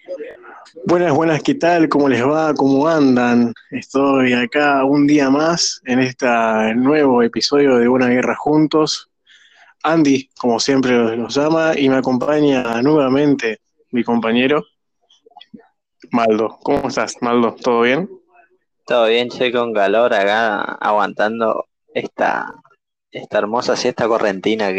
Buenas, buenas, ¿qué tal? ¿Cómo les va? ¿Cómo andan? Estoy acá un día más en este nuevo episodio de Una Guerra Juntos. Andy, como siempre los llama, y me acompaña nuevamente mi compañero Maldo. ¿Cómo estás, Maldo? ¿Todo bien? Todo bien, che, con calor acá, aguantando esta, esta hermosa siesta correntina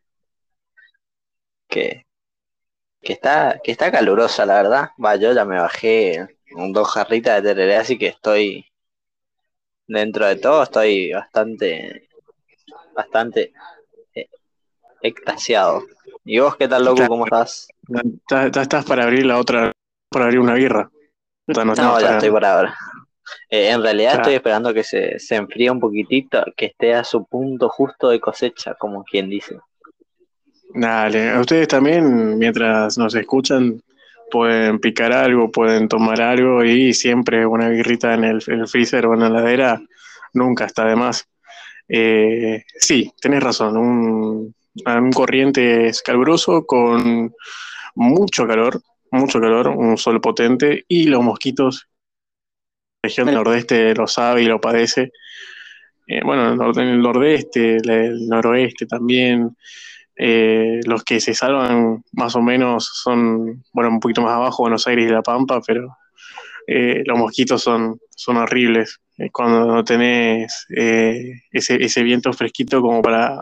que, que está calurosa, la verdad. Va, yo ya me bajé dos jarritas de tereré, así que estoy, dentro de todo, estoy bastante eh, extasiado. ¿Y vos qué tal, loco? Ya, ¿Cómo estás? ya estás para abrir para abrir una birra. Ya no estás más No, ya estoy para. por ahora. En realidad estoy Ya, esperando que se enfríe un poquitito, que esté a su punto justo de cosecha, como quien dice. dale. A ustedes también, mientras nos escuchan, pueden picar algo, pueden tomar algo y siempre una birrita en el freezer o en la heladera nunca está de más. Sí, tenés razón, un corriente escabroso con mucho calor, un sol potente y los mosquitos, la región del nordeste lo sabe y lo padece. Bueno, en el nordeste, el noroeste también. Los que se salvan más o menos son, bueno, un poquito más abajo, Buenos Aires y La Pampa, pero los mosquitos son horribles. Cuando no tenés ese viento fresquito como para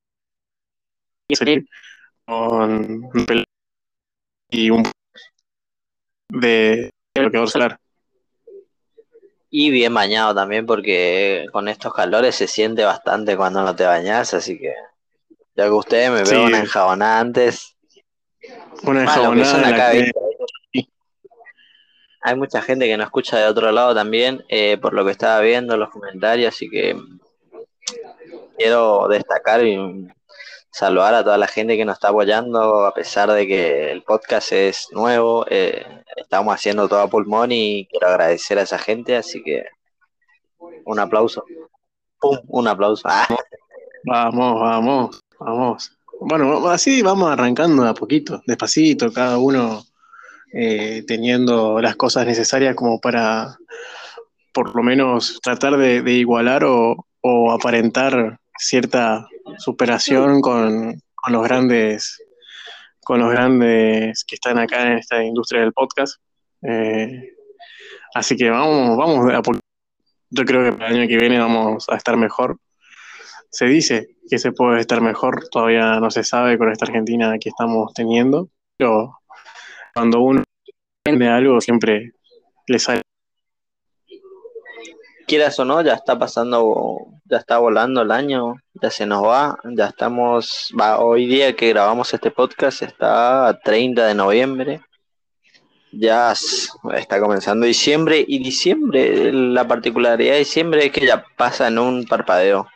salir con un pelín y un de bloqueador solar. Y bien bañado también porque con estos calores se siente bastante cuando no te bañas, así que ya que ustedes me veo una Sí, enjabonada antes, una más lo que enjabonada son en la acá, que... ¿viste? Hay mucha gente que no escucha de otro lado también, por lo que estaba viendo los comentarios, así que quiero destacar y saludar a toda la gente que nos está apoyando, a pesar de que el podcast es nuevo, estamos haciendo todo a pulmón y quiero agradecer a esa gente, así que un aplauso. ¡Pum! Un aplauso. ¡Ah! Vamos, vamos, vamos. Bueno, así vamos arrancando de a poquito, despacito, cada uno teniendo las cosas necesarias como para por lo menos tratar de igualar o aparentar cierta superación con los grandes que están acá en esta industria del podcast. Eh, Así que vamos de a poquito. Yo creo que para el año que viene vamos a estar mejor. Se dice que se puede estar mejor, todavía no se sabe con esta Argentina que estamos teniendo, pero cuando uno vende algo siempre le sale. Quieras o no, ya está pasando, ya está volando el año, ya se nos va, ya estamos, hoy día que grabamos este podcast está a 30 de noviembre, está comenzando diciembre y diciembre, la particularidad de diciembre es que ya pasa en un parpadeo.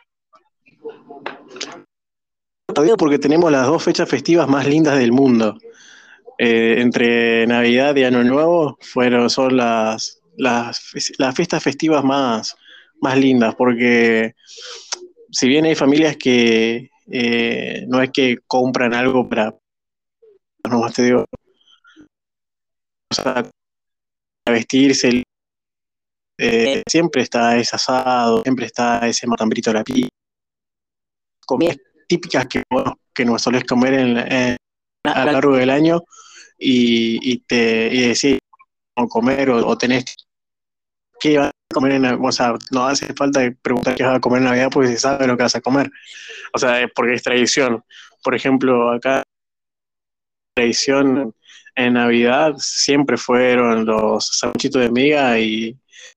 Todavía porque tenemos las dos fechas festivas más lindas del mundo. Entre Navidad y Año Nuevo son las fiestas festivas más lindas, porque si bien hay familias que no es que compran algo para, no te digo, para vestirse, siempre está ese asado, siempre está ese matambrito a la pizza, comidas típicas que nos solés comer a lo largo del año y decís cómo comer o tenés qué vas a comer o sea, no hace falta preguntar qué vas a comer en Navidad porque se sabe lo que vas a comer. O sea, es porque es tradición. Por ejemplo, acá tradición en Navidad siempre fueron los sanguchitos de miga y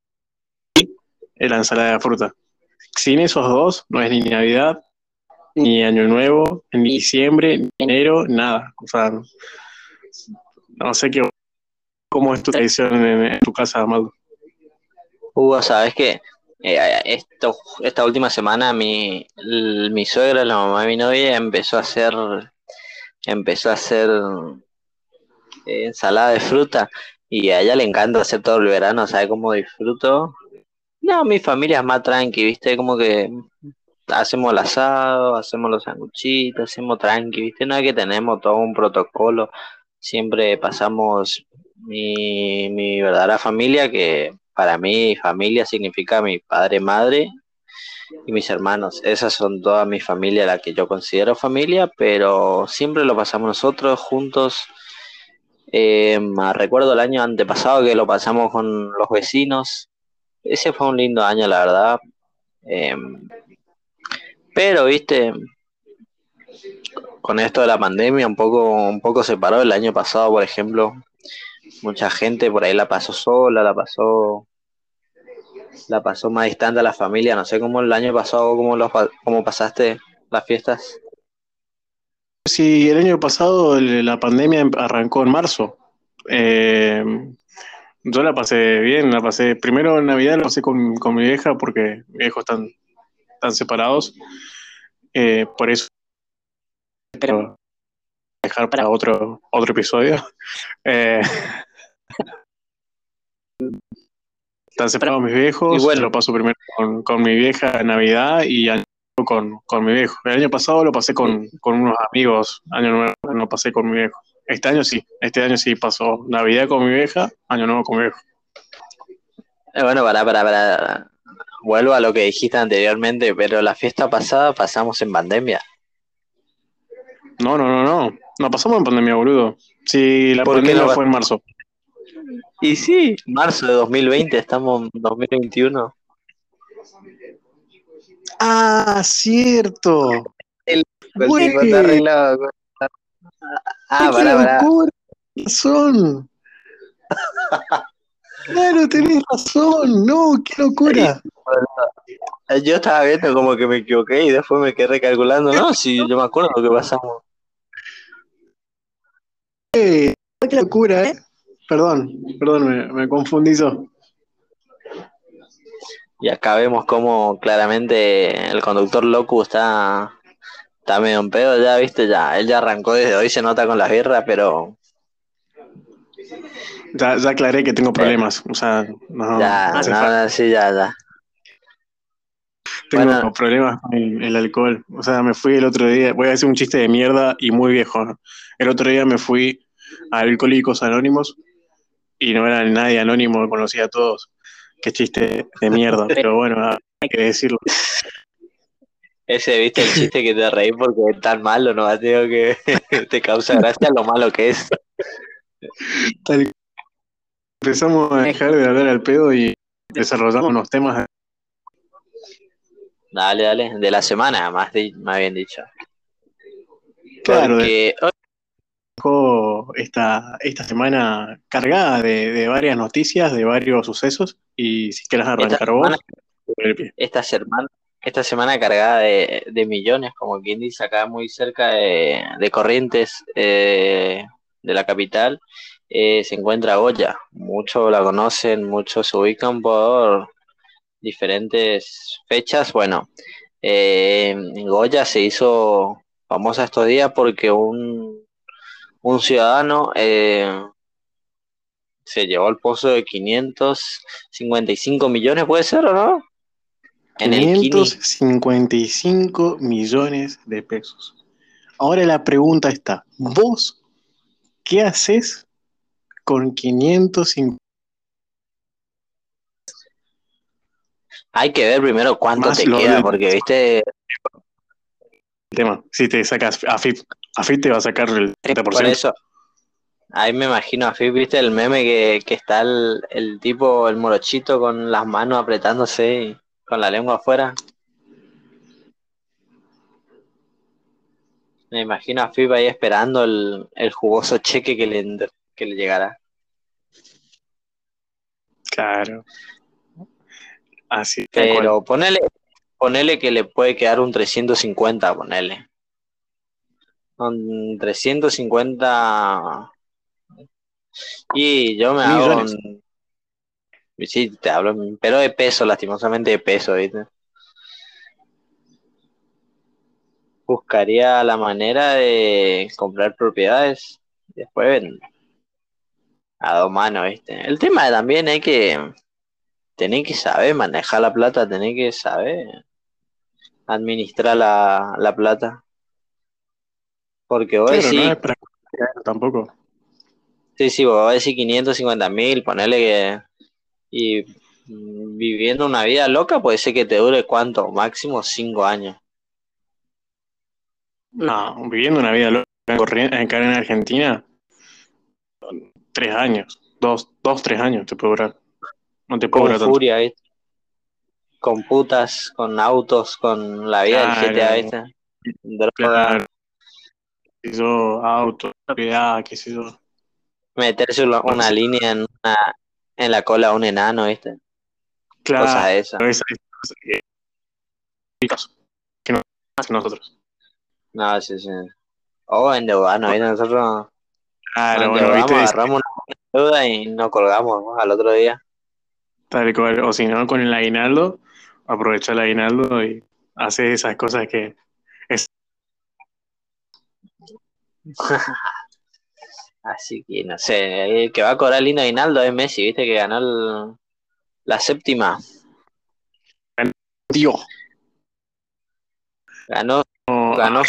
la ensalada de fruta. Sin esos dos no es ni Navidad, ni Año Nuevo, ni diciembre, ni enero, nada. O sea, no sé cómo es tu tradición en tu casa, Amado. Hugo, sabes que esta última semana mi suegra, la mamá de mi novia, empezó a hacer ensalada de fruta y a ella le encanta hacer todo el verano, ¿sabe cómo disfruto? No, mi familia es más tranqui, ¿viste? Como que hacemos el asado, hacemos los sanguchitos, hacemos tranqui, ¿viste? No es que tenemos todo un protocolo, siempre pasamos. mi verdadera familia, que para mí familia significa mi padre, madre y mis hermanos. Esas son toda mi familia, la que yo considero familia, pero siempre lo pasamos nosotros juntos. Recuerdo el año antepasado que lo pasamos con los vecinos. Ese fue un lindo año, la verdad. Eh, pero, viste, con esto de la pandemia un poco separado. El año pasado, por ejemplo, mucha gente por ahí la pasó sola, la pasó más distante a la familia. No sé cómo el año pasado, cómo pasaste las fiestas. Sí, el año pasado la pandemia arrancó en marzo. Eh, yo la pasé bien, la pasé primero en Navidad, la pasé con mi vieja porque mis viejos están separados. Por eso espero dejar para otro episodio. Eh, Están separados mis Y viejos, yo bueno, lo paso primero con mi vieja en Navidad y año nuevo con mi viejo. El año pasado lo pasé con unos amigos, año nuevo no pasé con mi viejo. Este año sí pasó Navidad con mi vieja, año nuevo con mi viejo. bueno, para. Vuelvo a lo que dijiste anteriormente, pero la fiesta pasada pasamos en pandemia. No pasamos en pandemia, boludo. Sí, la ¿Por qué no? pandemia fue en marzo. Y sí, marzo de 2020, estamos en 2021. Ah, cierto. El Güey, tipo está arreglado. ay, Ah, qué pará. locura. Razón. Claro, tenés razón. No, qué Y, locura. yo estaba viendo como que me equivoqué y después me quedé recalculando. No, sí, yo me acuerdo lo que pasamos. Qué locura, ¿eh? Perdón, me confundí yo. Y acá vemos cómo claramente el conductor Locu está medio en pedo ya, viste, ya. Él ya arrancó desde hoy, se nota con las birras, pero Ya aclaré que tengo eh, problemas. O sea, no ya, hace no, falta. no, sí, ya. Tengo Bueno, problemas con el alcohol. O sea, me fui el otro día. Voy a decir un chiste de mierda y muy viejo, ¿no? El otro día me fui a Alcohólicos Anónimos y no era nadie anónimo, me conocía a todos. Qué chiste de mierda, pero bueno, hay que decirlo. ese, viste, el chiste que te reí porque es tan malo, ¿no? Digo que te causa gracia lo malo que es. Tal- Empezamos a dejar de hablar al pedo y desarrollamos unos temas. Dale, de la semana, más bien dicho. Claro, Porque dejó esta semana cargada de varias noticias, de varios sucesos, y si quieres esta arrancar semana, vos, por el pie. esta semana, esta semana cargada de millones, como quien dice, acá muy cerca de Corrientes, de la capital, se encuentra Goya. Muchos la conocen, muchos se ubican por diferentes fechas. Bueno, Goya se hizo famosa estos días porque un ciudadano se llevó al pozo de 555 millones, ¿puede ser o no? En el quinientos Kini. cincuenta y cinco millones de pesos. Ahora la pregunta está, ¿vos qué haces con 550 Hay que ver primero cuánto más te lo queda, del porque, viste, tema? Si te sacas AFIP te va a sacar el por 30%. eso, ahí me imagino a Fib, viste el meme que está el tipo, el morochito con las manos apretándose y con la lengua afuera. Me imagino a Fib ahí esperando el jugoso cheque que le llegará. Claro, así, tal cual. Pero ponele que le puede quedar un 350, ponele. Un 350. Y yo me hago Millones. un. Sí, te hablo, pero de peso, lastimosamente de peso, ¿viste? Buscaría la manera de comprar propiedades, después a dos manos, ¿viste? El tema también es que tenés que saber manejar la plata, tenés que saber administrar la plata. Porque vos Claro, no es decís, para tampoco. Sí, sí, vos vas a decir 550.000, ponele que... Y viviendo una vida loca puede ser que te dure cuánto, máximo 5 años. No, viviendo una vida loca acá en Argentina, 3 años, dos, 3 años te puede durar. No te puede Con durar tanto. furia, ¿viste? Con putas, con autos, con la vida del GTA, Claro, ¿viste? Droga, claro, qué sé yo, auto, propiedad, qué sé yo. meterse una Cosas- línea en la cola a un enano, ¿viste? Cosas Claro, de esas. esas cosas que no hacen nosotros. No, sí, sí. O endeudarnos, ¿viste? Nosotros nos Claro, bueno, endeudamos, viste, agarramos una deuda y nos colgamos, ¿no? Al otro día. tal cual. O si no, con el aguinaldo, aprovecha el aguinaldo y hace esas cosas que es Así que no sé, el que va a cobrar lindo aguinaldo es Messi, ¿viste? Que ganó la séptima. Dios. Ganó, No, ganó.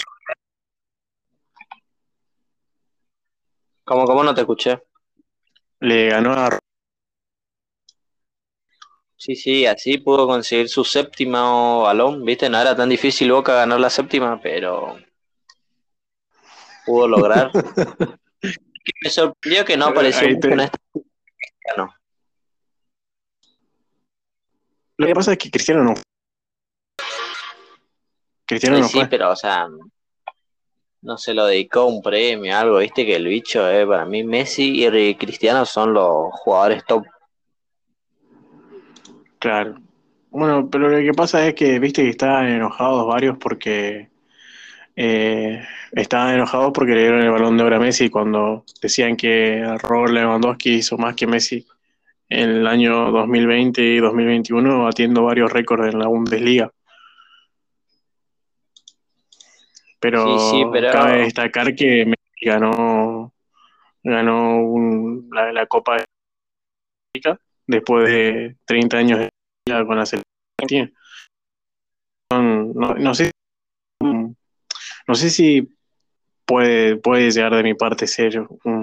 ¿Cómo no te escuché? le ganó a Sí, sí, así pudo conseguir su séptimo balón, ¿viste? No era tan difícil Boca ganar la séptima, pero pudo lograr. Me sorprendió que no apareció ahí mucho en te- este no. Lo que pasa es que Cristiano Y no sí, fue. pero, o sea, no se lo dedicó a un premio, algo, ¿viste? Que el bicho, para mí, Messi y Cristiano son los jugadores top. Claro. Bueno, pero lo que pasa es que, viste que estaban enojados varios porque estaban enojados porque le dieron el Balón de Oro a Messi cuando decían que Robert Lewandowski hizo más que Messi en el año 2020 y 2021, batiendo varios récords en la Bundesliga. Sí, sí, Pero cabe pero destacar que Messi ganó la Copa de América después de 30 años de liga con la selección argentina. No sé, no sé si puede llegar de mi parte ser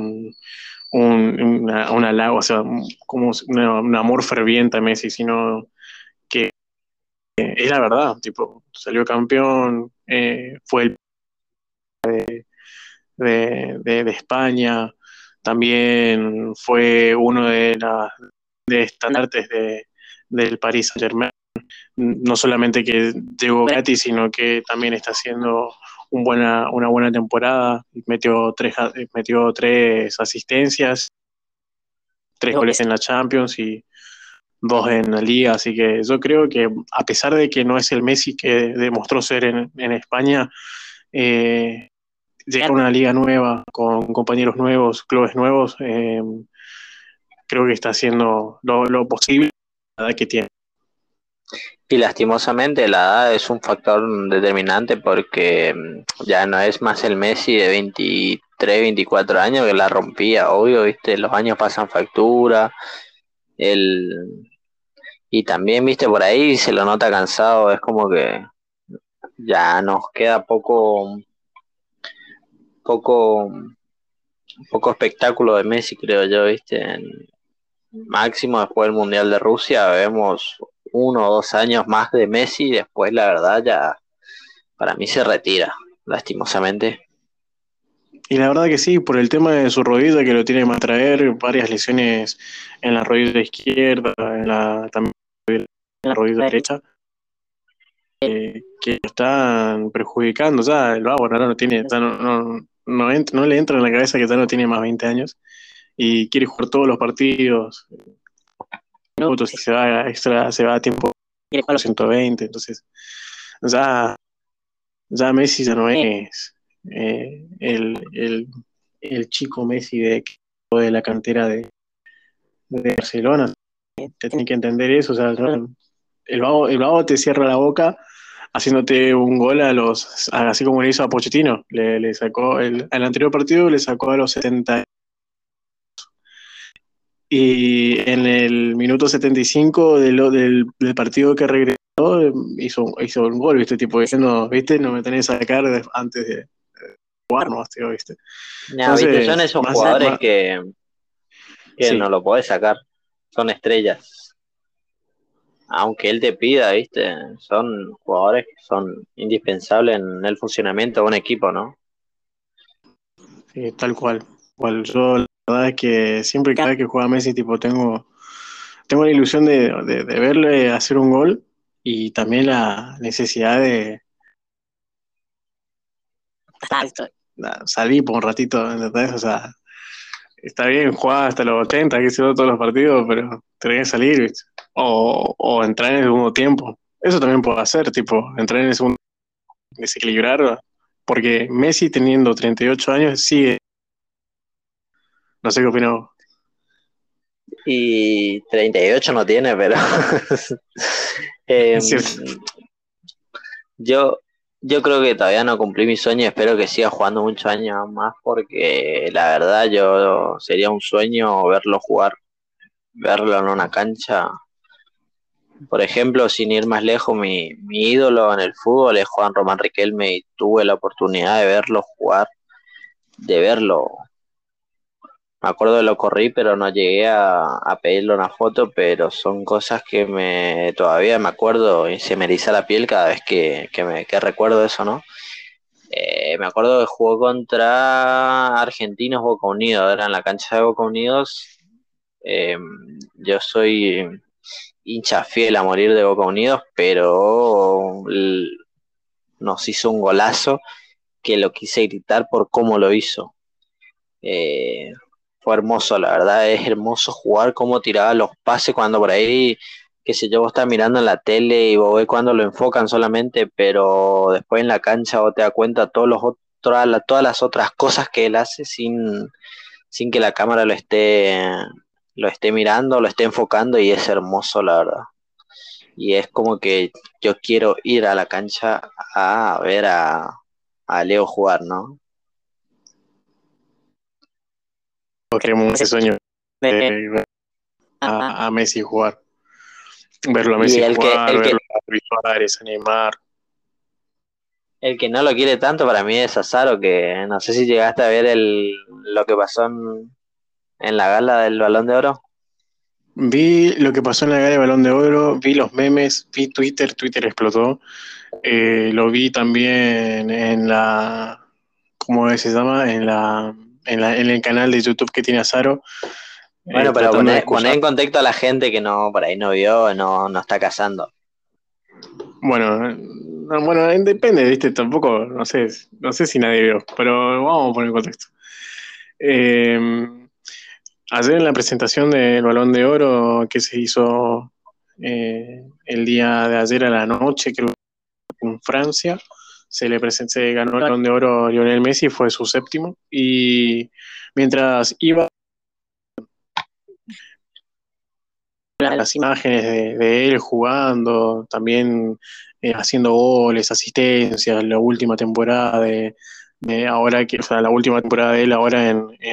un halago, o sea, como un amor ferviente a Messi, sino que es la verdad, tipo, salió campeón, fue el de España, también fue uno de estandartes del Paris Saint-Germain. No solamente que llegó gratis, sino que también está haciendo una buena temporada. Metió tres asistencias, 3 goles en la Champions y 2 en la Liga. Así que yo creo que a pesar de que no es el Messi que demostró ser en España, eh, llegar a una liga nueva, con compañeros nuevos, clubes nuevos, creo que está haciendo lo posible la edad que tiene. y lastimosamente la edad es un factor determinante porque ya no es más el Messi de 23, 24 años que la rompía, obvio, ¿viste? Los años pasan factura, el... y también, ¿viste? Por ahí se lo nota cansado, es como que ya nos queda poco, poco espectáculo de Messi, creo yo, ¿viste? Máximo después del Mundial de Rusia vemos 1 o 2 años más de Messi y después la verdad ya para mí se retira, lastimosamente. Y la verdad que sí, por el tema de su rodilla que lo tiene que mantraer, varias lesiones en la rodilla izquierda, también en la rodilla derecha, que lo están perjudicando. Ya el Babo no tiene, ya no le entra en la cabeza que ya no tiene más 20 años y quiere jugar todos los partidos. Minutos, si se va a extra, se va a tiempo, quiere jugar los 120. Entonces ya, ya Messi ya no es eh, el, el, el chico Messi de la cantera de Barcelona. Te tiene que entender eso. O sea, ¿no? El Vago te cierra la boca haciéndote un gol así como le hizo a Pochettino. Le sacó al anterior partido, le sacó a los 70. Y en el minuto 75 del partido que regresó, hizo un gol, ¿viste? Tipo diciendo, ¿viste? No me tenés que sacar antes de jugar, ¿no? Tío, ¿viste? No, viste, son Entonces, esos jugadores que que no Sí, lo podés sacar. Son estrellas. Aunque él te pida, ¿viste? Son jugadores que son indispensables en el funcionamiento de un equipo, ¿no? tal cual. Cual yo, la verdad es que siempre cada vez que juega Messi, tipo, tengo la ilusión de verle hacer un gol y también la necesidad de salir por un ratito, ¿entendés? O sea, está bien jugar hasta los 80 que se todos los partidos, pero tenés que salir, ¿viste? O entrar en el segundo tiempo. Eso también puedo hacer, tipo, entrar en el segundo, desequilibrar, porque Messi teniendo 38 años sigue, no sé qué opinás vos. Y 38 no tiene, pero Es cierto. em, yo, yo creo que todavía no cumplí mi sueño y espero que siga jugando muchos años más porque la verdad yo sería un sueño verlo jugar, verlo en una cancha. Por ejemplo, sin ir más lejos, mi ídolo en el fútbol es Juan Román Riquelme y tuve la oportunidad de verlo jugar, de verlo. Me acuerdo de lo corrí, pero no llegué a pedirle una foto, pero son cosas que todavía me acuerdo y se me eriza la piel cada vez que recuerdo eso, ¿no? Me acuerdo que jugó contra Argentinos Boca Unidos, era en la cancha de Boca Unidos. Eh, yo soy hincha fiel a morir de Boca Unidos, pero nos hizo un golazo que lo quise gritar por cómo lo hizo. Eh, Fue hermoso, la verdad, es hermoso jugar cómo tiraba los pases cuando por ahí, qué sé yo, vos estás mirando en la tele y vos ves cuando lo enfocan solamente, pero después en la cancha vos te das cuenta todas las otras cosas que él hace sin que la cámara lo esté mirando, lo esté enfocando y es hermoso, la verdad. Y es como que yo quiero ir a la cancha a ver a Leo jugar, ¿no? Todos queremos ese sueño de ver a Messi jugar. Verlo a Y Messi jugar, verlo a Luis Suárez, a Neymar. el que no lo quiere tanto para mí es Azaro, que no sé si llegaste a ver lo que pasó en la gala del Balón de Oro. Vi lo que pasó en la gala de Balón de Oro, vi los memes, vi Twitter explotó. Lo vi también en la, ¿cómo se llama? En el canal de YouTube que tiene Azaro, Bueno, pero tratando de poné excusar. en contexto a la gente que no por ahí no vio, no está cazando. Bueno, bueno, depende, ¿viste? Tampoco, no sé si nadie vio, pero vamos a poner en contexto. Eh, Ayer en la presentación del Balón de Oro que se hizo el día de ayer a la noche, creo que en Francia, se ganó el Balón de Oro Lionel Messi, fue su séptimo, y mientras iba las imágenes de él jugando, también haciendo goles, asistencias, la última temporada de ahora que, o sea, la última temporada de él ahora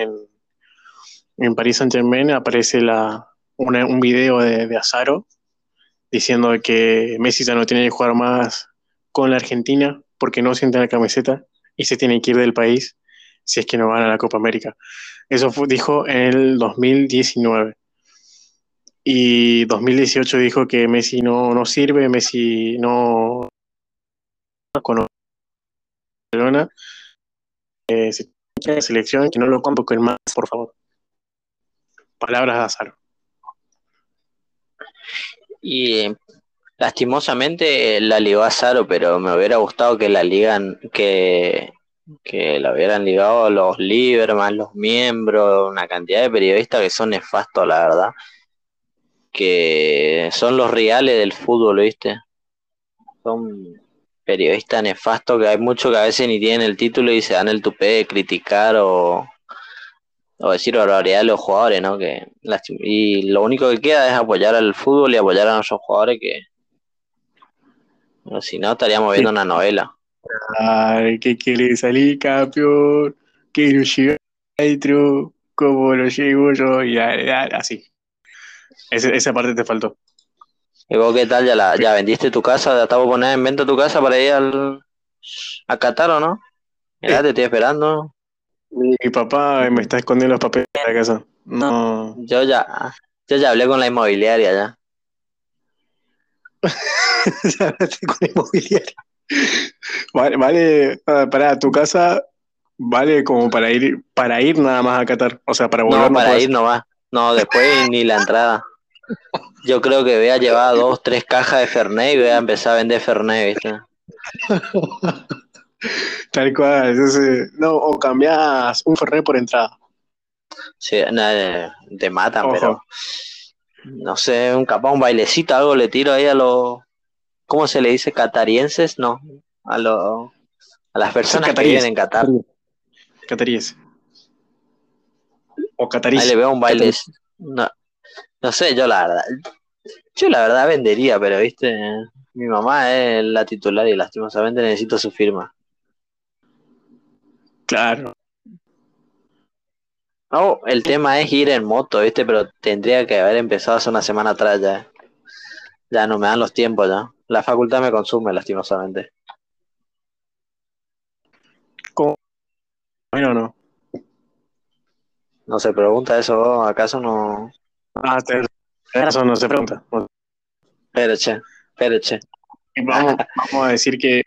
en Paris Saint-Germain aparece un video de Azaro diciendo que Messi ya no tiene que jugar más con la Argentina porque no siente la camiseta y se tiene que ir del país si es que no van a la Copa América. Dijo en el 2019. Y 2018 dijo que Messi no sirve, Messi no con Barcelona, si tiene la selección, que no lo convoquen más, por favor. Palabras de Azaro. Y lastimosamente la ligó a Zaro, pero me hubiera gustado que que la hubieran ligado los Lieberman, los miembros, una cantidad de periodistas que son nefastos, la verdad, que son los reales del fútbol, ¿viste? Son periodistas nefastos que hay muchos que a veces ni tienen el título y se dan el tupé de criticar o decir barbaridad de los jugadores, ¿no? Y lo único que queda es apoyar al fútbol y apoyar a nuestros jugadores que si no estaríamos Sí. viendo una novela. Ay, que quiere salir campeón, quiero llegar adentro, como lo llego yo, y así. Esa parte te faltó. ¿Y vos qué tal? ¿Ya vendiste tu casa? ¿Ya estás por poner en venta tu casa para ir a Qatar o no? Eh, Mirá, te estoy esperando. Mi papá me está escondiendo los papeles de la casa. No. Yo ya, yo ya hablé con la inmobiliaria ya. Ya hablaste con inmobiliaria. Vale, para tu casa, vale como para ir nada más a Qatar. O sea, para volver No, no para puedes. ir nomás. No, después ni la entrada. Yo creo que voy a llevar 2, 3 cajas de Fernet y voy a empezar a vender Fernet, ¿viste? Tal cual. Entonces, no, o cambiás un Ferré por entrada. Sí, nada, te matan, pero Ojo. no sé, capaz un bailecito, algo le tiro ahí a los, ¿cómo se le dice? ¿Catarienses? No, a las Sí, personas que viven cataríes. en Qatar. Cataríes. O Ahí le catarís. veo un baile. No, no sé, yo la verdad vendería, pero viste, mi mamá es la titular y lastimosamente necesito su firma. Claro. No, el tema es ir en moto, viste, pero tendría que haber empezado hace una semana atrás ya. Ya no me dan los tiempos ya. La facultad me consume lastimosamente. ¿Cómo? Bueno, no. No se pregunta eso, vos, ¿acaso no? Ah, eso no se pregunta. Espéreche, espéreche. Y vamos a decir que.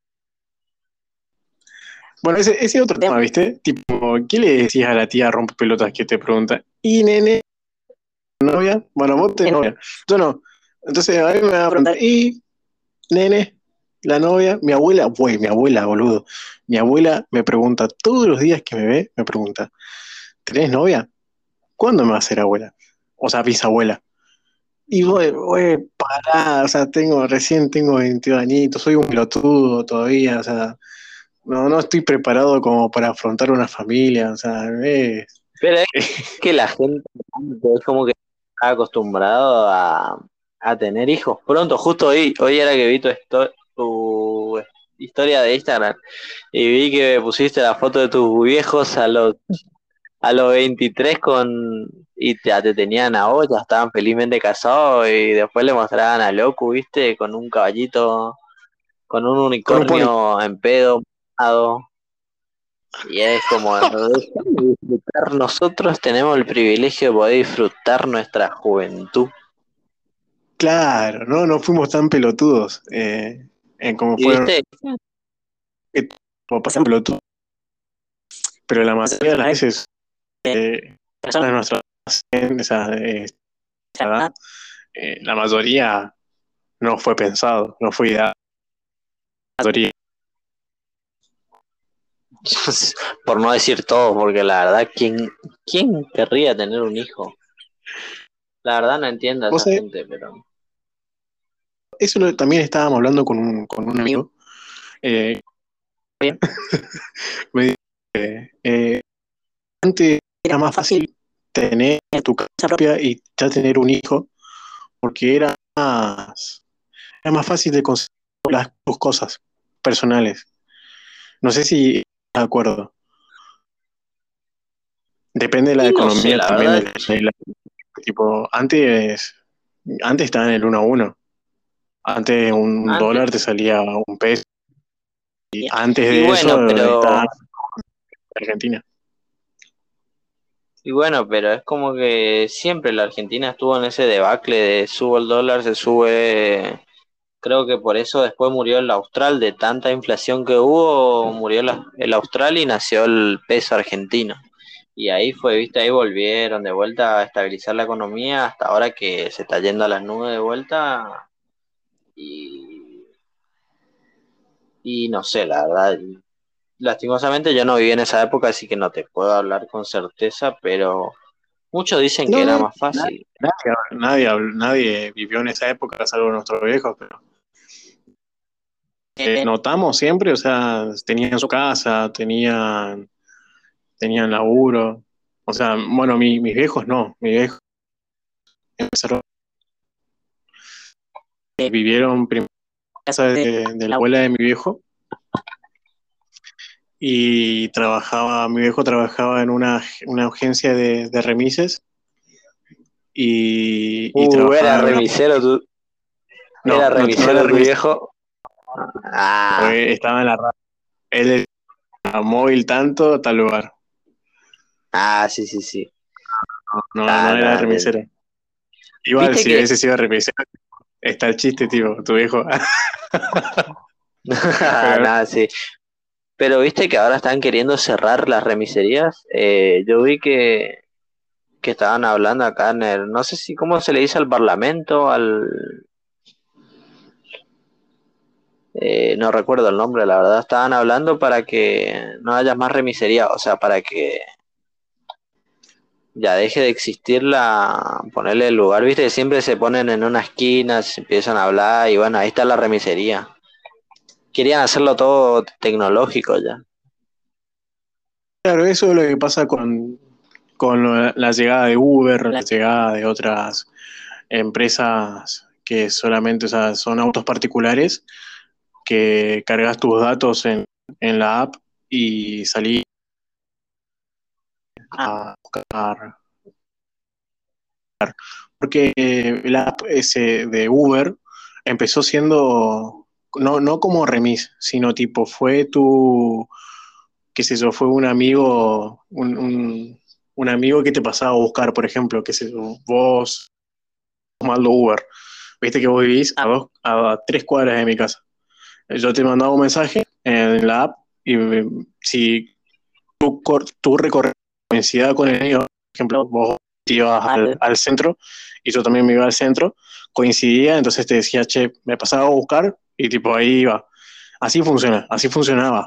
Bueno, ese otro tema, ¿viste? Tipo, ¿qué le decías a la tía rompepelotas que te pregunta? ¿Y nene, novia? Bueno, vos tenés novia. Yo no. Entonces a mí me va a preguntar, ¿y nene? ¿La novia? Mi abuela, boludo. Mi abuela me pregunta todos los días que me ve, me pregunta, ¿tenés novia? ¿Cuándo me va a ser abuela? O sea, bisabuela. Y voy, pará, o sea, recién tengo 22 añitos, soy un pelotudo todavía, o sea, no estoy preparado como para afrontar una familia, o sea, Pero es que la gente es como que está acostumbrado a tener hijos pronto. Justo hoy era que vi tu historia de Instagram y vi que pusiste la foto de tus viejos a los 23 y ya te tenían a vos, ya estaban felizmente casados y después le mostraban a Locu, viste, con un caballito, con un con un pony. unicornio en pedo, mojado. Y es como disfrutar. Nosotros tenemos el privilegio de poder disfrutar nuestra juventud. Claro, no fuimos tan pelotudos como Y fueron viste, como pasan pelotudos, pero la mayoría de las veces personas de nuestra edad, la mayoría no fue pensado, no fue ideal, la mayoría. por no decir todo, porque la verdad, ¿quién querría tener un hijo? La verdad no entiendo a Vos esa sabés, gente, pero también estábamos hablando con un amigo, eh, me dijo que antes era más fácil tener tu casa propia y ya tener un hijo, porque era más fácil de conseguir tus cosas personales. No sé si estás de acuerdo. Depende de la y no sé, economía la también. verdad, Tipo, antes estaba en el 1 a 1. Antes un antes. dólar te salía un peso. Y antes Y de bueno, eso estaba pero en Argentina. y bueno, pero es como que siempre la Argentina estuvo en ese debacle de sube el dólar, se sube. Creo que por eso después murió el Austral, de tanta inflación que hubo, murió el Austral y nació el peso argentino. Y ahí fue, viste, ahí volvieron de vuelta a estabilizar la economía hasta ahora que se está yendo a las nubes de vuelta. Y, y no sé, la verdad, lastimosamente yo no viví en esa época, así que no te puedo hablar con certeza, pero muchos dicen que No, era no, más fácil. nadie vivió en esa época, salvo nuestros viejos, pero notamos siempre, o sea, tenían su casa, tenían laburo. O sea, bueno, mis viejos no, mis viejos empezaron, vivieron primero en casa de la abuela de mi viejo y mi viejo trabajaba en una agencia de remises y Era trabajaba en una... remisero No, era no trabajaba en la remisero tu remis, viejo. Ah, estaba en la radio. Él era móvil tanto, tal lugar. ah, sí, sí, sí. No Ah, era no, remisero. Igual, viste si que, hubiese sido remisero, está el chiste, tipo, tu viejo. Pero nada, sí, pero viste que ahora están queriendo cerrar las remiserías. Yo vi que estaban hablando acá en el, no sé si, ¿cómo se le dice al parlamento? No recuerdo el nombre, la verdad. Estaban hablando para que no haya más remisería, o sea, para que ya deje de existir ponerle el lugar, viste que siempre se ponen en una esquina, se empiezan a hablar y bueno, ahí está la remisería. Querían hacerlo todo tecnológico ya. claro, eso es lo que pasa con la llegada de Uber, la llegada de otras empresas que solamente, o sea, son autos particulares, que cargas tus datos en la app y salís a buscar. Porque la app ese de Uber empezó siendo, no como remis, sino tipo, fue tu, qué sé yo, fue un amigo, un amigo que te pasaba a buscar, por ejemplo, qué sé yo, vos tomando Uber. Viste que vos vivís a 3 cuadras de mi casa. Yo te mandaba un mensaje en la app y si tu recorrido coincidía con el mío, por ejemplo, vos te ibas al centro y yo también me iba al centro, coincidía, entonces te decía, che, me pasaba a buscar y tipo ahí iba. Así funciona, así funcionaba.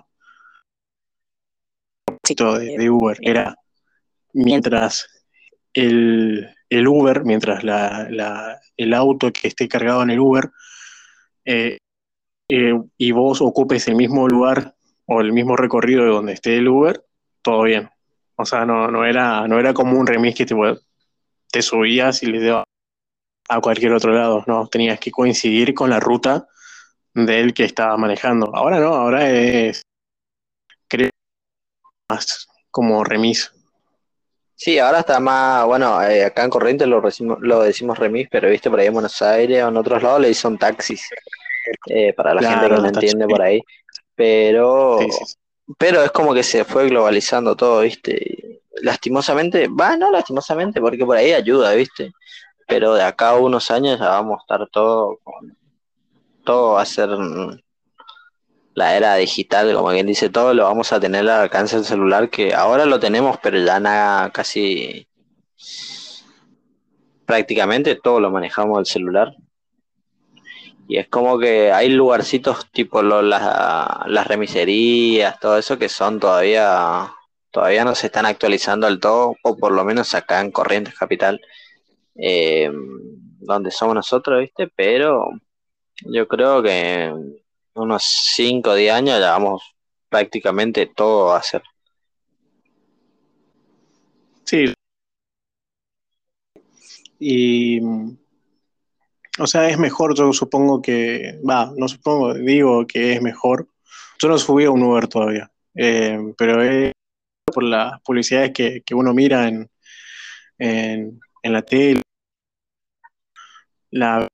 Esto de Uber era mientras el Uber, mientras el auto que esté cargado en el Uber, eh, y vos ocupes el mismo lugar o el mismo recorrido de donde esté el Uber, todo bien. O sea, no era como un remis que te subías y le dabas a cualquier otro lado, no, tenías que coincidir con la ruta del que estaba manejando. Ahora no, ahora es, creo, más como remis. Sí, ahora está más, bueno, acá en Corrientes lo decimos remis, pero viste por ahí en Buenos Aires o en otros lados le dicen taxis, para la gente que Claro, no los taxis. entiende por ahí. Sí, sí, Pero, sí. pero es como que se fue globalizando todo, viste. Y lastimosamente, no lastimosamente, porque por ahí ayuda, viste. Pero de acá a unos años ya vamos a estar todo va a ser la era digital, como quien dice, todo lo vamos a tener al alcance del celular, que ahora lo tenemos, pero ya nada, casi prácticamente todo lo manejamos del celular. Y es como que hay lugarcitos tipo las remiserías, todo eso que son todavía no se están actualizando del todo, o por lo menos acá en Corrientes Capital, donde somos nosotros, ¿viste? Pero yo creo que en unos 5 o 10 años ya vamos prácticamente todo a hacer. Sí, y o sea, es mejor, yo supongo que, va, no supongo, digo que es mejor. Yo no subí a un Uber todavía, pero es por las publicidades que uno mira en la tele, la,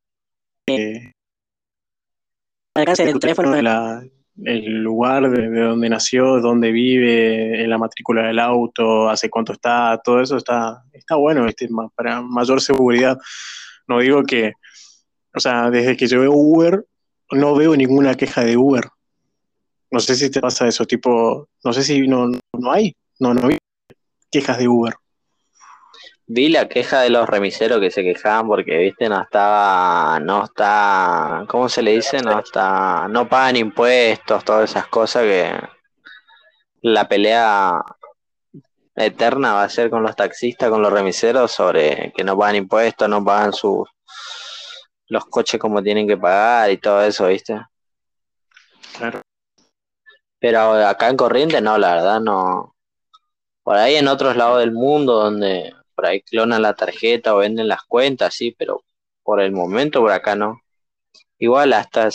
alcance del teléfono, el lugar de donde nació, dónde vive, en la matrícula del auto, hace cuánto está, todo eso está bueno, para mayor seguridad. No digo que, o sea, desde que yo veo Uber, no veo ninguna queja de Uber. No sé si te pasa eso, tipo, no sé si no hay, no vi quejas de Uber. Vi la queja de los remiseros que se quejaban porque, viste, no está, ¿cómo se le dice? No pagan impuestos, todas esas cosas que la pelea eterna va a ser con los taxistas, con los remiseros sobre que no pagan impuestos, no pagan los coches como tienen que pagar y todo eso, viste. Claro. Pero acá en Corrientes no, la verdad no. Por ahí en otros lados del mundo donde por ahí clonan la tarjeta o venden las cuentas, sí, pero por el momento por acá no. Igual hasta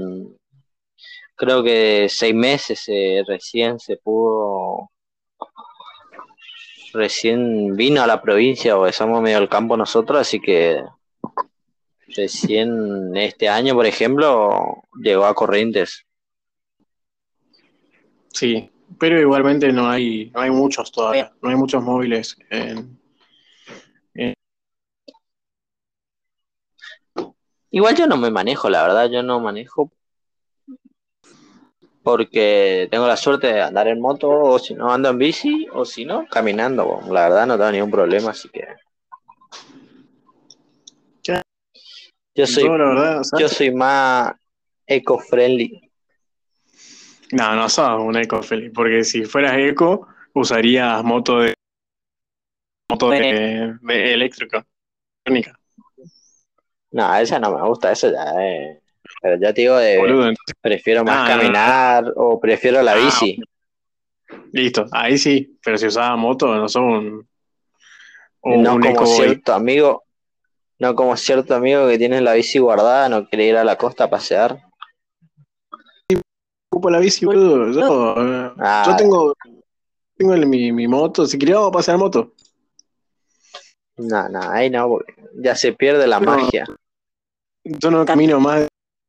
creo que 6 meses recién recién vino a la provincia, porque somos medio del campo nosotros, así que recién este año, por ejemplo, llegó a Corrientes. Sí, pero igualmente no hay muchos todavía, no hay muchos móviles Igual yo no me manejo, la verdad, yo no manejo porque tengo la suerte de andar en moto, o si no ando en bici, o si no, caminando. Bueno, la verdad no tengo ningún problema, así que Ya, yo yo soy, la verdad, yo ¿sabes? soy más eco-friendly. No, no sos un eco, Felipe, porque si fueras eco, usarías de eléctrica, electrónica, No, esa no me gusta, eso ya es. Pero ya te digo, boludo. Entonces, prefiero más no, no, no. caminar o prefiero la Ah, bici. listo, ahí sí, pero si usaba moto, no sos No un como eco boy. cierto amigo, no como cierto amigo que tiene la bici guardada, no quiere ir a la costa a pasear. Ocupo la bici, boludo. Yo Ah, tengo mi moto, si quería vamos a pasear moto. no, no, ahí no, porque ya se pierde la No, magia. yo no camino más.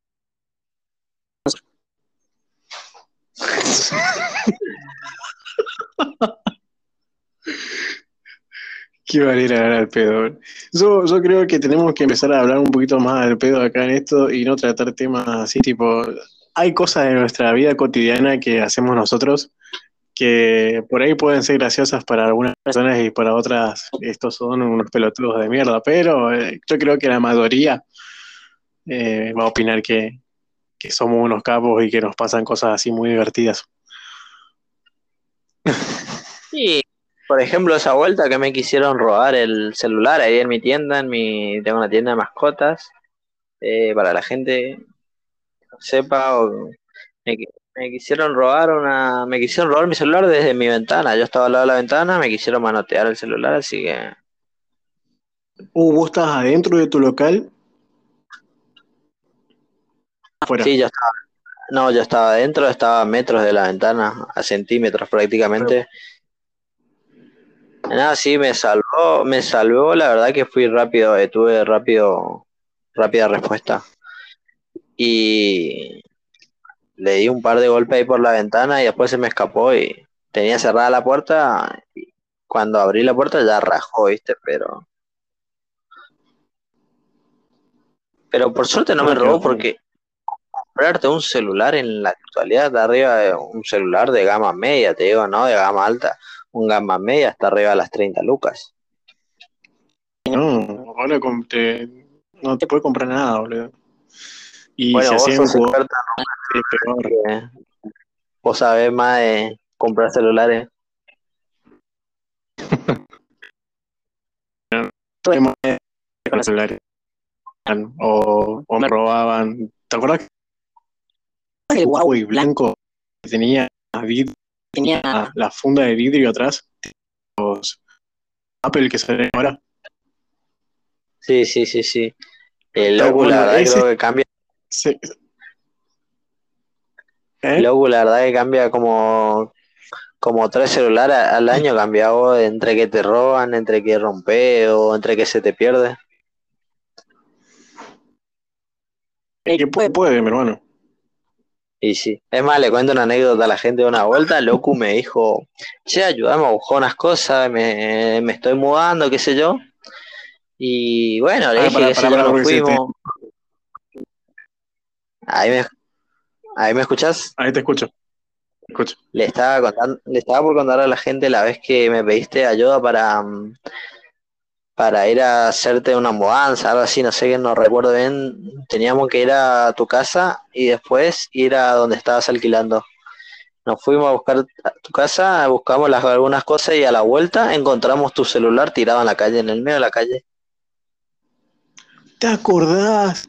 Qué manera de hablar al pedo, boludo. Yo creo que tenemos que empezar a hablar un poquito más al pedo acá en esto y no tratar temas así, tipo, hay cosas de nuestra vida cotidiana que hacemos nosotros que por ahí pueden ser graciosas para algunas personas y para otras estos son unos pelotudos de mierda, pero yo creo que la mayoría va a opinar que somos unos capos y que nos pasan cosas así muy divertidas. Y, por ejemplo, esa vuelta que me quisieron robar el celular ahí en mi tienda, tengo una tienda de mascotas, para la gente que no sepa, me quisieron robar mi celular desde mi ventana. Yo estaba al lado de la ventana, me quisieron manotear el celular, así que ¿Vos estás adentro de tu local? Afuera. sí, no, yo estaba adentro, estaba a metros de la ventana, a centímetros prácticamente. Nada, sí, me salvó, la verdad que fui rápido, tuve rápida respuesta. Y le di un par de golpes ahí por la ventana y después se me escapó y tenía cerrada la puerta. Y cuando abrí la puerta ya rajó, ¿viste? Pero por suerte no me No, qué robó bajón. porque comprarte un celular en la actualidad de arriba de un celular de gama media, te digo, no de gama alta. Un gama media está arriba de las 30 lucas. No, ahora no te puede comprar nada, boludo. Y si Bueno, vos hacían un sos jugador experta, es peor. que vos sabés más de comprar celulares. Temas con los celulares. O me robaban. ¿Te acuerdas que el Huawei blanco que tenía la funda de vidrio atrás? Los Apple que salen ahora. Sí, sí, sí, sí. El Locu, la Bueno, verdad, ese creo que cambia. se- ¿eh? Locu, la verdad, que cambia como tres celulares al año, cambiado entre que te roban, entre que rompe o entre que se te pierde. Que puede, mi hermano. Y sí. Es más, le cuento una anécdota a la gente de una vuelta. Locu me dijo, che, ayúdame a buscar unas cosas, me estoy mudando, qué sé yo. Y bueno, le Ah, dije, qué sé yo, nos porque fuimos. Ahí me, ahí me escuchás. ahí te escucho, te escucho. Le estaba por contar a la gente la vez que me pediste ayuda para ir a hacerte una mudanza, algo así, no sé, que no recuerdo bien. Teníamos que ir a tu casa y después ir a donde estabas alquilando. Nos fuimos a buscar a tu casa, buscamos algunas cosas y a la vuelta encontramos tu celular tirado en la calle, en el medio de la calle. ¿Te acordás?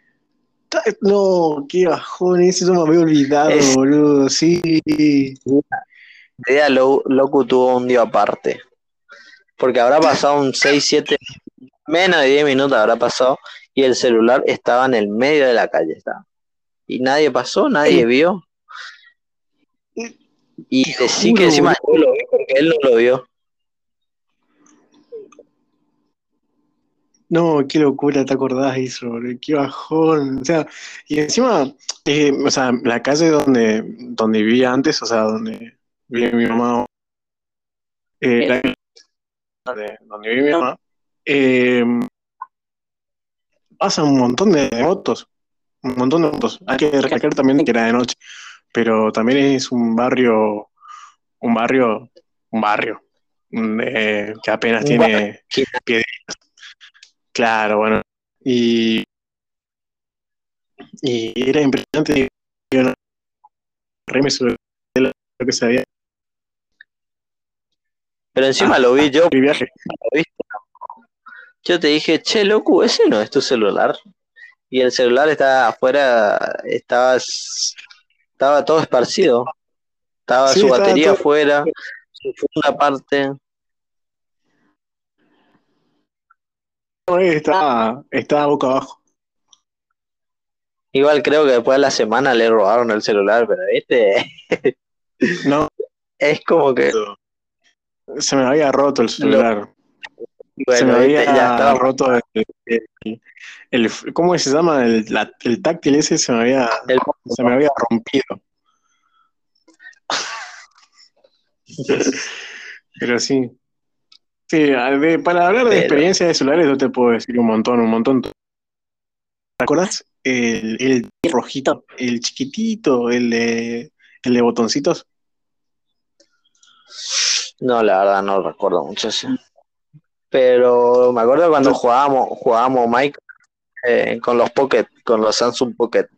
No, qué bajón, ese yo me había olvidado, Ese boludo. Sí. día Locu tuvo un día aparte, porque habrá pasado un 6 7 menos de 10 minutos habrá pasado y el celular estaba en el medio de la calle. Estaba. Y nadie pasó, Ey, nadie vio. Y te decí que juro, encima boludo. yo lo vi porque él no lo vio. No, qué locura, ¿te acordás de eso, boludo? Qué bajón. O sea, y encima, o sea, la calle donde vivía antes, o sea, donde vivía mi mamá, donde vivía mi mamá, eh, pasan un montón de motos, un montón de motos. Hay que recalcar también que era de noche, pero también es un barrio, un barrio, que apenas Un bar tiene que pie. Claro, bueno. Y, y era impresionante, yo no me sobre lo que sabía. pero encima lo vi yo, El viaje. lo vi. Yo te dije, che, loco, ese no es tu celular. Y el celular estaba afuera, estaba todo esparcido. Estaba Sí, su estaba batería todo, afuera, su funda aparte. estaba boca abajo. Igual creo que después de la semana le robaron el celular, pero este No, es como que, se me había roto el lo, celular. Se me bueno, este ya había estaba roto ¿cómo se llama? El táctil ese el se me había rompido. Pero sí. Sí, para hablar de pero experiencias de celulares yo te puedo decir un montón, un montón. ¿Te acuerdas? El rojito, el chiquitito, el de botoncitos. no, la verdad no recuerdo mucho eso. Pero me acuerdo cuando jugábamos Mike con los Pocket, con los Samsung Pocket.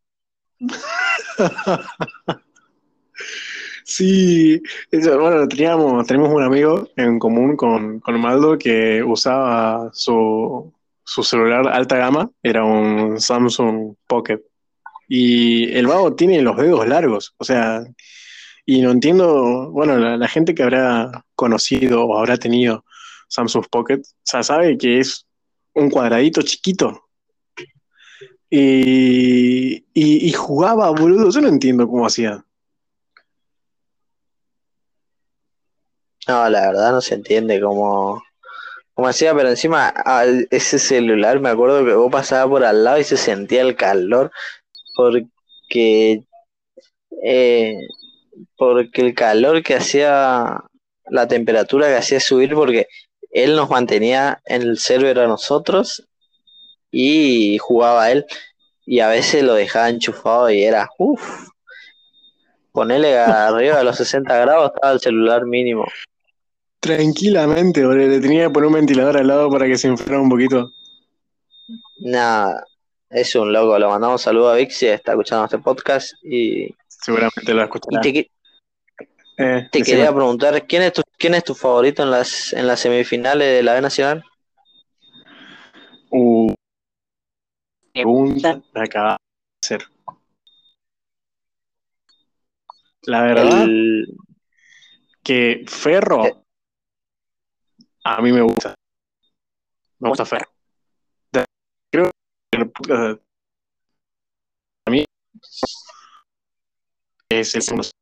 Sí, bueno, tenemos un amigo en común con Maldo que usaba su celular alta gama, era un Samsung Pocket. Y el vago tiene los dedos largos, o sea, y no entiendo, bueno, la gente que habrá conocido o habrá tenido Samsung Pocket, o sea, sabe que es un cuadradito chiquito. Y jugaba, boludo, yo no entiendo cómo hacía. No, la verdad no se entiende cómo hacía, pero encima ese celular me acuerdo que vos pasabas por al lado y se sentía el calor porque eh, porque el calor que hacía, la temperatura que hacía subir, porque él nos mantenía en el server a nosotros y jugaba él, y a veces lo dejaba enchufado y era, uff, ponele arriba de los 60 grados estaba el celular mínimo. Tranquilamente, boludo, le tenía que poner un ventilador al lado para que se enfriara un poquito. Nada, es un loco, lo mandamos saludo a Vic si está escuchando este podcast Seguramente lo y escuchará. te quería Decime. preguntar, ¿quién es tu favorito en las semifinales de la B Nacional? Uh, Pregunta me acaba de hacer. La verdad El, que eh, Ferro, a mí me gusta Ferro. Creo que el podcast a mí es el segundo.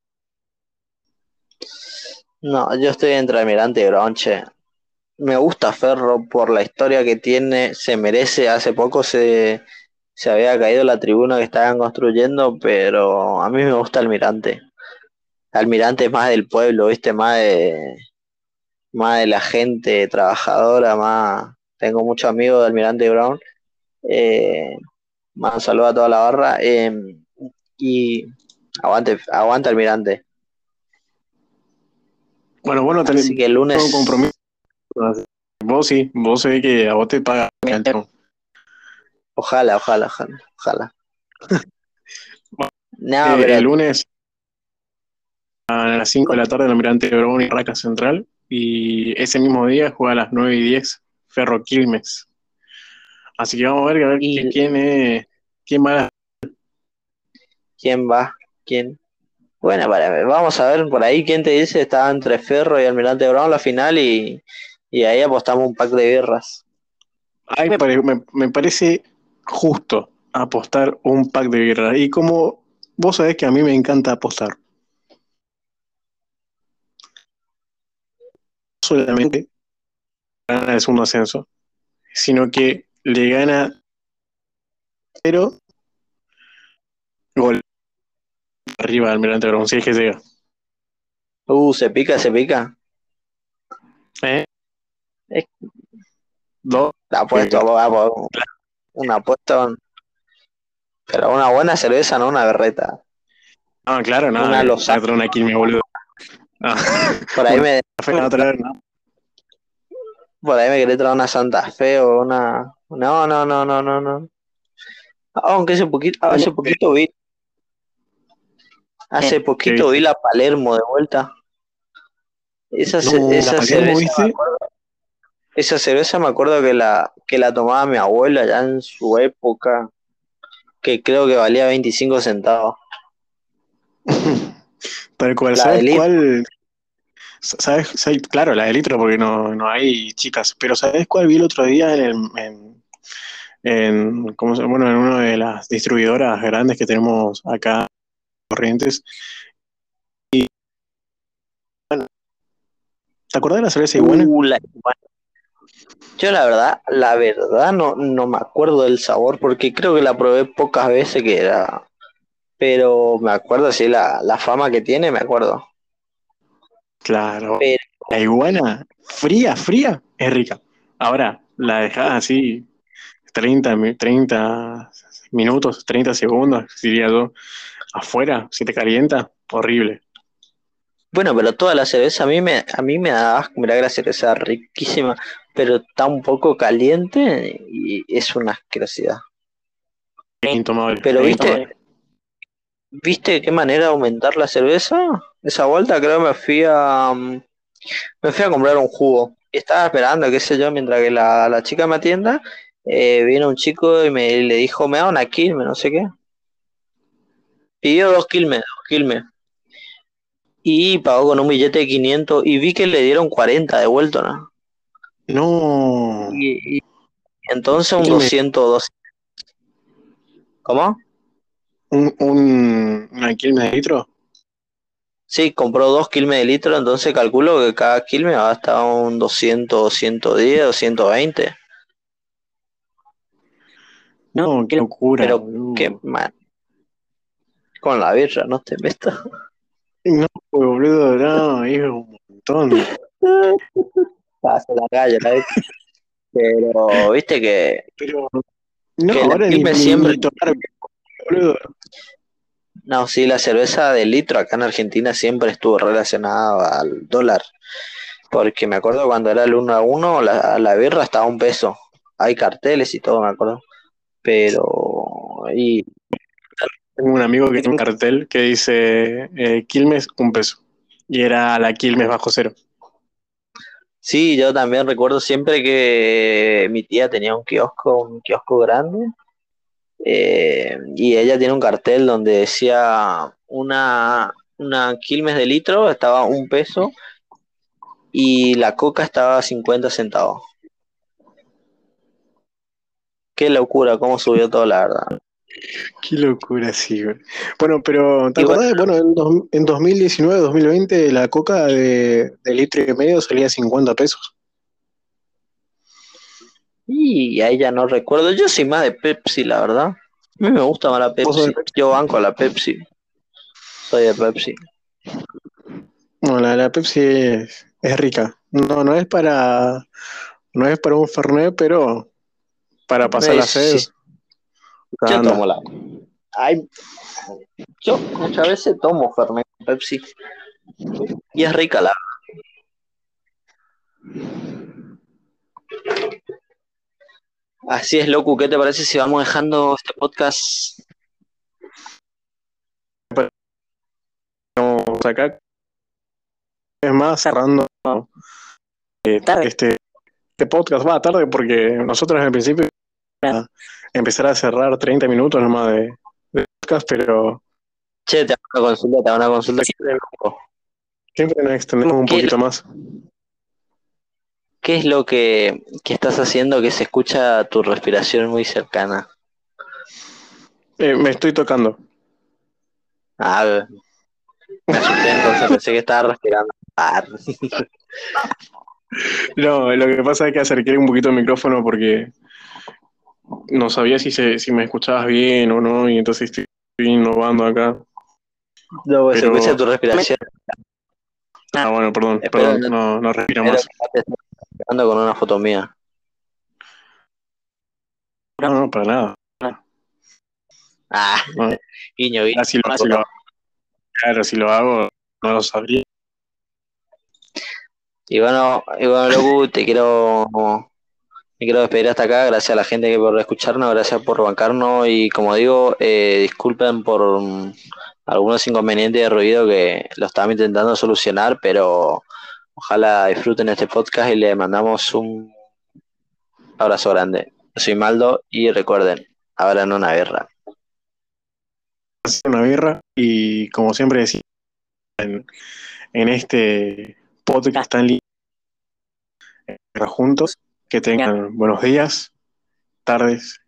no, yo estoy entre Almirante y Bronche. Me gusta Ferro por la historia que tiene, se merece. Hace poco se había caído la tribuna que estaban construyendo, pero a mí me gusta Almirante. Almirante es más del pueblo, ¿viste? Más de la gente trabajadora, más. Tengo muchos amigos de Almirante Brown. Eh, Más saludo a toda la barra. Y aguante Almirante. Bueno, bueno, Así que el tengo un compromiso. lunes, Vos sé que a vos te paga el tema. ojalá. No, El pero lunes a las 5 de la tarde el Almirante Brown y Raca Central. Y ese mismo día juega a las 9:10 Ferro Quilmes. Así que vamos a ver, ¿y quién va. quién va? ¿Quién? Bueno, vamos a ver por ahí quién te dice, estaba entre Ferro y Almirante Brown la final y ahí apostamos un pack de birras. Ay, me parece justo apostar un pack de birra. Y como vos sabés que a mí me encanta apostar, no solamente gana el segundo ascenso, sino que le gana pero gol arriba al Almirante Brown, si es que llega. Se pica. ¿Eh? Es Dos, la apuesto, vamos. una apuesta, pero una buena cerveza, no una berreta. No, claro, no, Una que Lozano. me trae una Quilmes, boludo. No. Por ahí Una me, café no va a traer, ¿no? por ahí me quería traer una Santa Fe o una. No, no, no, no, no, no. Aunque hace poquito vi, hace ¿Qué poquito vi viste? la Palermo de vuelta. No, la Esa Palermo, cerveza, ¿viste? esa cerveza me acuerdo que la tomaba mi abuela ya en su época, que creo que valía 25 centavos. Tal cual, La de ¿sabes litro. cuál? Claro, la de litro, porque no hay chicas, pero ¿sabes cuál vi el otro día ¿cómo bueno, en una de las distribuidoras grandes que tenemos acá, Corrientes? ¿Te acordás de la cerveza iguana? La Yo la verdad no me acuerdo del sabor porque creo que la probé pocas veces que era, pero me acuerdo sí la fama que tiene, me acuerdo. Claro, Pero la iguana, fría, fría, es rica. Ahora, la dejás así 30 minutos, 30 segundos, diría yo, afuera, si te calienta, horrible. bueno, pero toda la cerveza a mí me da asco, me da gracia que sea riquísima, pero está un poco caliente y es una asquerosidad. Es intomable, Pero es intomable. viste de qué manera aumentar la cerveza? Esa vuelta creo me fui a comprar un jugo. Y estaba esperando, qué sé yo, mientras que la chica me atienda. Vino un chico y le dijo, me da una Quilmes, no sé qué. Pidió dos Quilmes. Y pagó con un billete de 500 y vi que le dieron 40 de vuelto, ¿no? No, Y entonces un Quilmes, 200. ¿Cómo? una Quilmes de litro. Sí, compró 2 Quilmes de litro, entonces calculo que cada Quilmes va a estar un 200, 110, 220. No, qué locura, Pero qué boludo. mal. Con la birra, no te metas. No, boludo, no, es un montón. Pasa la calle, la vez. Pero viste Pero no, que la ahora Quilmes siempre. ni tomar, boludo. No, sí, la cerveza de litro acá en Argentina siempre estuvo relacionada al dólar. Porque me acuerdo cuando era el 1 a 1, la birra estaba a 1 peso. Hay carteles y todo, me acuerdo. Pero. Y Tengo un amigo que tiene un cartel que dice Quilmes, 1 peso. Y era la Quilmes bajo cero. sí, yo también recuerdo siempre que mi tía tenía un kiosco grande. Y ella tiene un cartel donde decía una Quilmes de litro estaba a 1 peso y la coca estaba a 50 centavos. Qué locura, cómo subió todo, la verdad. Qué locura, sí, güey. Bueno, pero ¿te Y bueno, acordás? Bueno, en 2019, 2020, la coca de litro y medio salía a 50 pesos. y a ella no recuerdo. Yo soy más de Pepsi, la verdad. A mí me gusta más la ¿Vos sos de Pepsi. Pepsi? Yo banco a la Pepsi. Soy de Pepsi. No, la Pepsi es rica. No es para un Fernet, pero para pasar la sed, Sí, yo tomo anda. Ay, yo muchas veces tomo Fernet con Pepsi. Y es rica la. Así es, loco. ¿Qué te parece si vamos dejando este podcast? Estamos acá, es más, cerrando este podcast. Va tarde porque nosotros al principio a empezar a cerrar 30 minutos nomás de podcast, pero Che, te hago una consulta, te hago una consulta. siempre nos extendemos un ¿Qué, poquito más. qué es lo que estás haciendo que se escucha tu respiración muy cercana? Me estoy tocando. Ah, me asusté entonces, pensé que estaba respirando. Ah, No, lo que pasa es que acerqué un poquito el micrófono porque no sabía si me escuchabas bien o no, y entonces estoy innovando acá. no, pues se escucha Pero, tu respiración. bueno, Espero, perdón, no respiro espero más. que no te estés respirando con una foto mía. No, para nada. Ah, No, guiño, guiño. claro, si lo hago, no lo sabría. Y bueno, Locu, me quiero despedir hasta acá. Gracias a la gente que por escucharnos, gracias por bancarnos y como digo, disculpen por algunos inconvenientes de ruido que lo estamos intentando solucionar, pero ojalá disfruten este podcast y le mandamos un abrazo grande. Yo soy Maldo y recuerden, abran una guerra. Hacer una birra y como siempre decía en este podcast tan lindo juntos, que tengan buenos días, tardes